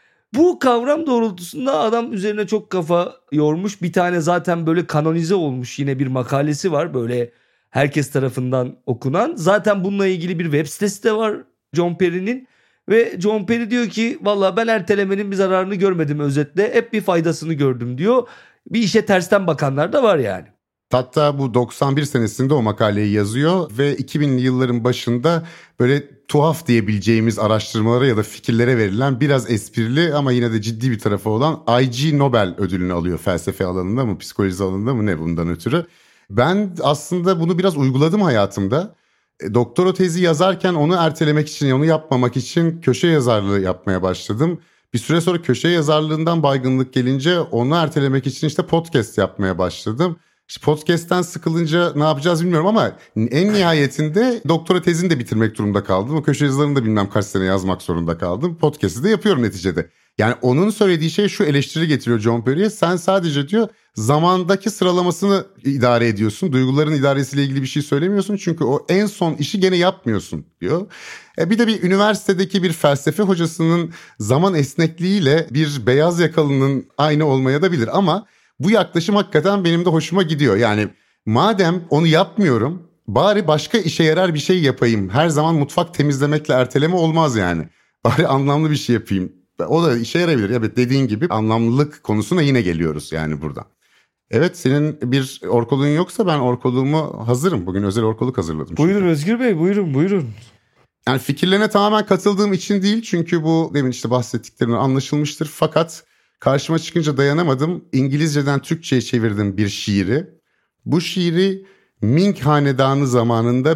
[SPEAKER 2] Bu kavram doğrultusunda adam üzerine çok kafa yormuş. Bir tane zaten böyle kanonize olmuş yine bir makalesi var. Böyle herkes tarafından okunan. Zaten bununla ilgili bir web sitesi de var John Perry'nin. Ve John Perry diyor ki valla ben ertelemenin bir zararını görmedim özetle. Hep bir faydasını gördüm diyor. Bir işe tersten bakanlar da var yani.
[SPEAKER 1] Hatta bu 91 senesinde o makaleyi yazıyor ve 2000'li yılların başında böyle tuhaf diyebileceğimiz araştırmalara ya da fikirlere verilen biraz esprili ama yine de ciddi bir tarafı olan IG Nobel ödülünü alıyor felsefe alanında mı, psikoloji alanında mı, ne bundan ötürü. Ben aslında bunu biraz uyguladım hayatımda. Doktora tezi yazarken onu ertelemek için, onu yapmamak için köşe yazarlığı yapmaya başladım. Bir süre sonra köşe yazarlığından baygınlık gelince onu ertelemek için işte podcast yapmaya başladım. İşte podcast'ten sıkılınca ne yapacağız bilmiyorum ama en nihayetinde doktora tezini de bitirmek durumunda kaldım. O köşe yazılarını da bilmem kaç sene yazmak zorunda kaldım. Podcast'ı da yapıyorum neticede. Yani onun söylediği şey şu, eleştiri getiriyor John Perry'e. Sen sadece diyor zamandaki sıralamasını idare ediyorsun. Duyguların idaresiyle ilgili bir şey söylemiyorsun. Çünkü o en son işi gene yapmıyorsun diyor. Bir de bir üniversitedeki bir felsefe hocasının zaman esnekliğiyle bir beyaz yakalının aynı olmaya da bilir. Ama bu yaklaşım hakikaten benim de hoşuma gidiyor. Yani madem onu yapmıyorum, bari başka işe yarar bir şey yapayım. Her zaman mutfak temizlemekle erteleme olmaz yani. Bari anlamlı bir şey yapayım. O da işe yarayabilir. Evet, dediğin gibi anlamlılık konusuna yine geliyoruz yani burada. Evet, senin bir orkoluğun yoksa ben orkoluğumu hazırım. Bugün özel orkoluk hazırladım.
[SPEAKER 2] Buyurun çünkü. Özgür Bey, buyurun.
[SPEAKER 1] Yani fikirlerine tamamen katıldığım için değil. Çünkü bu demin işte bahsettiklerim anlaşılmıştır. Fakat karşıma çıkınca dayanamadım. İngilizceden Türkçe'ye çevirdim bir şiiri. Bu şiiri Ming Hanedanı zamanında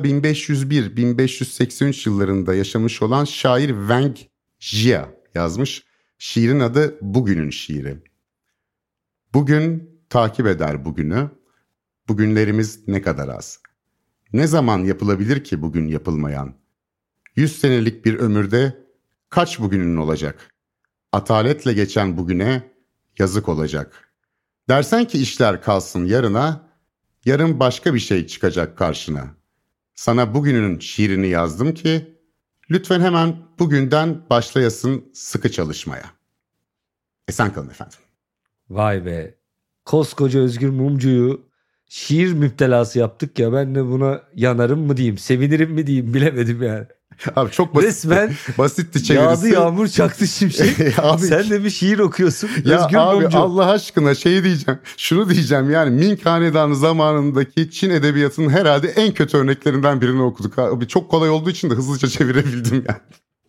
[SPEAKER 1] 1501-1583 yıllarında yaşamış olan şair Wang Jia yazmış. Şiirin adı Bugünün Şiiri. Bugün takip eder bugünü. Bugünlerimiz ne kadar az. Ne zaman yapılabilir ki bugün yapılmayan? 100 senelik bir ömürde kaç bugünün olacak? Ataletle geçen bugüne yazık olacak. Dersen ki işler kalsın yarına, yarın başka bir şey çıkacak karşına. Sana bugünün şiirini yazdım ki, lütfen hemen bugünden başlayasın sıkı çalışmaya. Esen kalın efendim.
[SPEAKER 2] Vay be. Koskoca Özgür Mumcu'yu şiir müptelası yaptık ya, ben de buna yanarım mı diyeyim, sevinirim mi diyeyim, bilemedim yani.
[SPEAKER 1] Abi çok basit.
[SPEAKER 2] Resmen
[SPEAKER 1] basitti çevirisi.
[SPEAKER 2] Yağdı yağmur çaktı şimşek. Abi, sen de bir şiir okuyorsun.
[SPEAKER 1] Ya
[SPEAKER 2] Özgür
[SPEAKER 1] abi
[SPEAKER 2] Mumcu.
[SPEAKER 1] Allah aşkına şey diyeceğim. Şunu diyeceğim yani Ming Hanedanı zamanındaki Çin edebiyatının herhalde en kötü örneklerinden birini okuduk. Abi çok kolay olduğu için de hızlıca çevirebildim yani.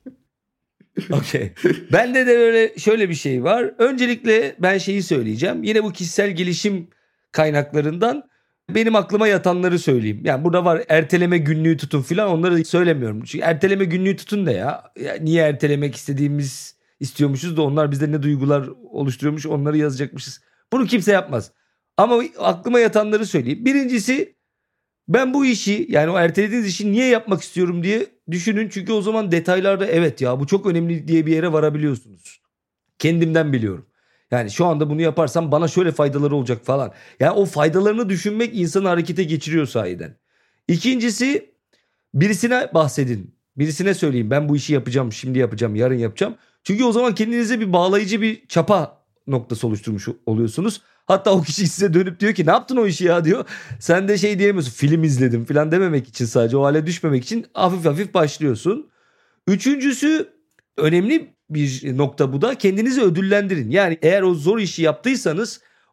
[SPEAKER 2] Okey. Bende de böyle şöyle bir şey var. Öncelikle ben şeyi söyleyeceğim. Yine bu kişisel gelişim kaynaklarından benim aklıma yatanları söyleyeyim. Yani burada var erteleme günlüğü tutun filan, onları söylemiyorum. Çünkü erteleme günlüğü tutun da ya niye ertelemek istiyormuşuz da onlar bizde ne duygular oluşturuyormuş, onları yazacakmışız. Bunu kimse yapmaz. Ama aklıma yatanları söyleyeyim. Birincisi, ben bu işi, yani o ertelediğiniz işi niye yapmak istiyorum diye düşünün. Çünkü o zaman detaylarda evet ya bu çok önemli diye bir yere varabiliyorsunuz. Kendimden biliyorum. Yani şu anda bunu yaparsam bana şöyle faydaları olacak falan. Yani o faydalarını düşünmek insanı harekete geçiriyor sahiden. İkincisi, birisine bahsedin. Birisine söyleyin, ben bu işi yapacağım, şimdi yapacağım, yarın yapacağım. Çünkü o zaman kendinize bir bağlayıcı bir çapa noktası oluşturmuş oluyorsunuz. Hatta o kişi size dönüp diyor ki ne yaptın o işi ya diyor. Sen de şey diyemiyorsun, film izledim falan dememek için, sadece o hale düşmemek için hafif hafif başlıyorsun. Üçüncüsü, önemli bir nokta bu da, kendinizi ödüllendirin. Yani eğer o zor işi yaptıysanız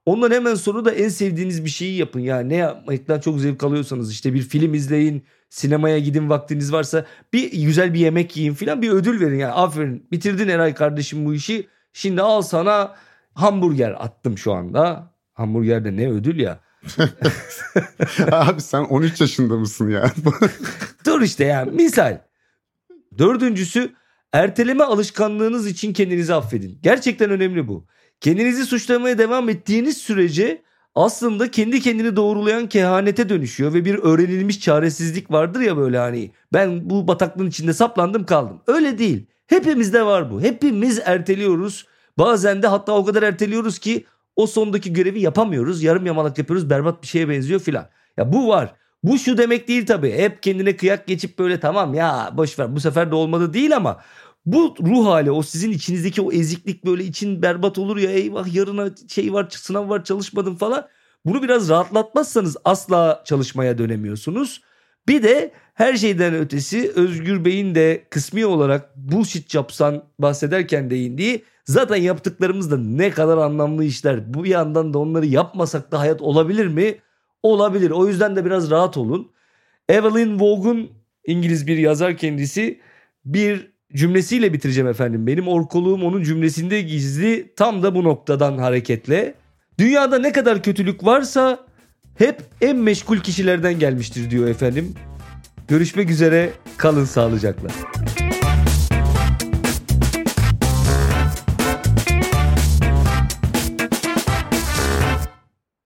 [SPEAKER 2] Ondan hemen sonra da en sevdiğiniz bir şeyi yapın. Yani ne yapmaktan çok zevk alıyorsanız, işte bir film izleyin, sinemaya gidin vaktiniz varsa, bir güzel bir yemek yiyin filan, bir ödül verin. Yani aferin, bitirdin Eray kardeşim bu işi. Şimdi al sana hamburger attım şu anda. Hamburger de ne ödül ya.
[SPEAKER 1] Abi sen 13 yaşında mısın ya?
[SPEAKER 2] Dur işte yani misal. Dördüncüsü, erteleme alışkanlığınız için kendinizi affedin. Gerçekten önemli bu. Kendinizi suçlamaya devam ettiğiniz sürece aslında kendi kendini doğrulayan kehanete dönüşüyor ve bir öğrenilmiş çaresizlik vardır ya, böyle hani ben bu bataklığın içinde saplandım kaldım. Öyle değil. Hepimizde var bu. Hepimiz erteliyoruz. Bazen de hatta o kadar erteliyoruz ki o sondaki görevi yapamıyoruz. Yarım yamalak yapıyoruz. Berbat bir şeye benziyor filan. Ya bu var. Bu şu demek değil tabii. Hep kendine kıyak geçip böyle tamam ya boş ver bu sefer de olmadı değil, ama bu ruh hali, o sizin içinizdeki o eziklik, böyle için berbat olur ya, eyvah yarına şey var, sınav var, çalışmadım falan. Bunu biraz rahatlatmazsanız asla çalışmaya dönemiyorsunuz. Bir de her şeyden ötesi Özgür Bey'in de kısmi olarak bullshit jobs'tan bahsederken değindiği, zaten yaptıklarımız da ne kadar anlamlı işler. Bu yandan da onları yapmasak da hayat olabilir mi? Olabilir. O yüzden de biraz rahat olun. Evelyn Waug'un, İngiliz bir yazar kendisi, bir cümlesiyle bitireceğim efendim. Benim orkoluğum onun cümlesinde gizli, tam da bu noktadan hareketle. Dünyada ne kadar kötülük varsa hep en meşgul kişilerden gelmiştir diyor efendim. Görüşmek üzere, kalın sağlıcakla.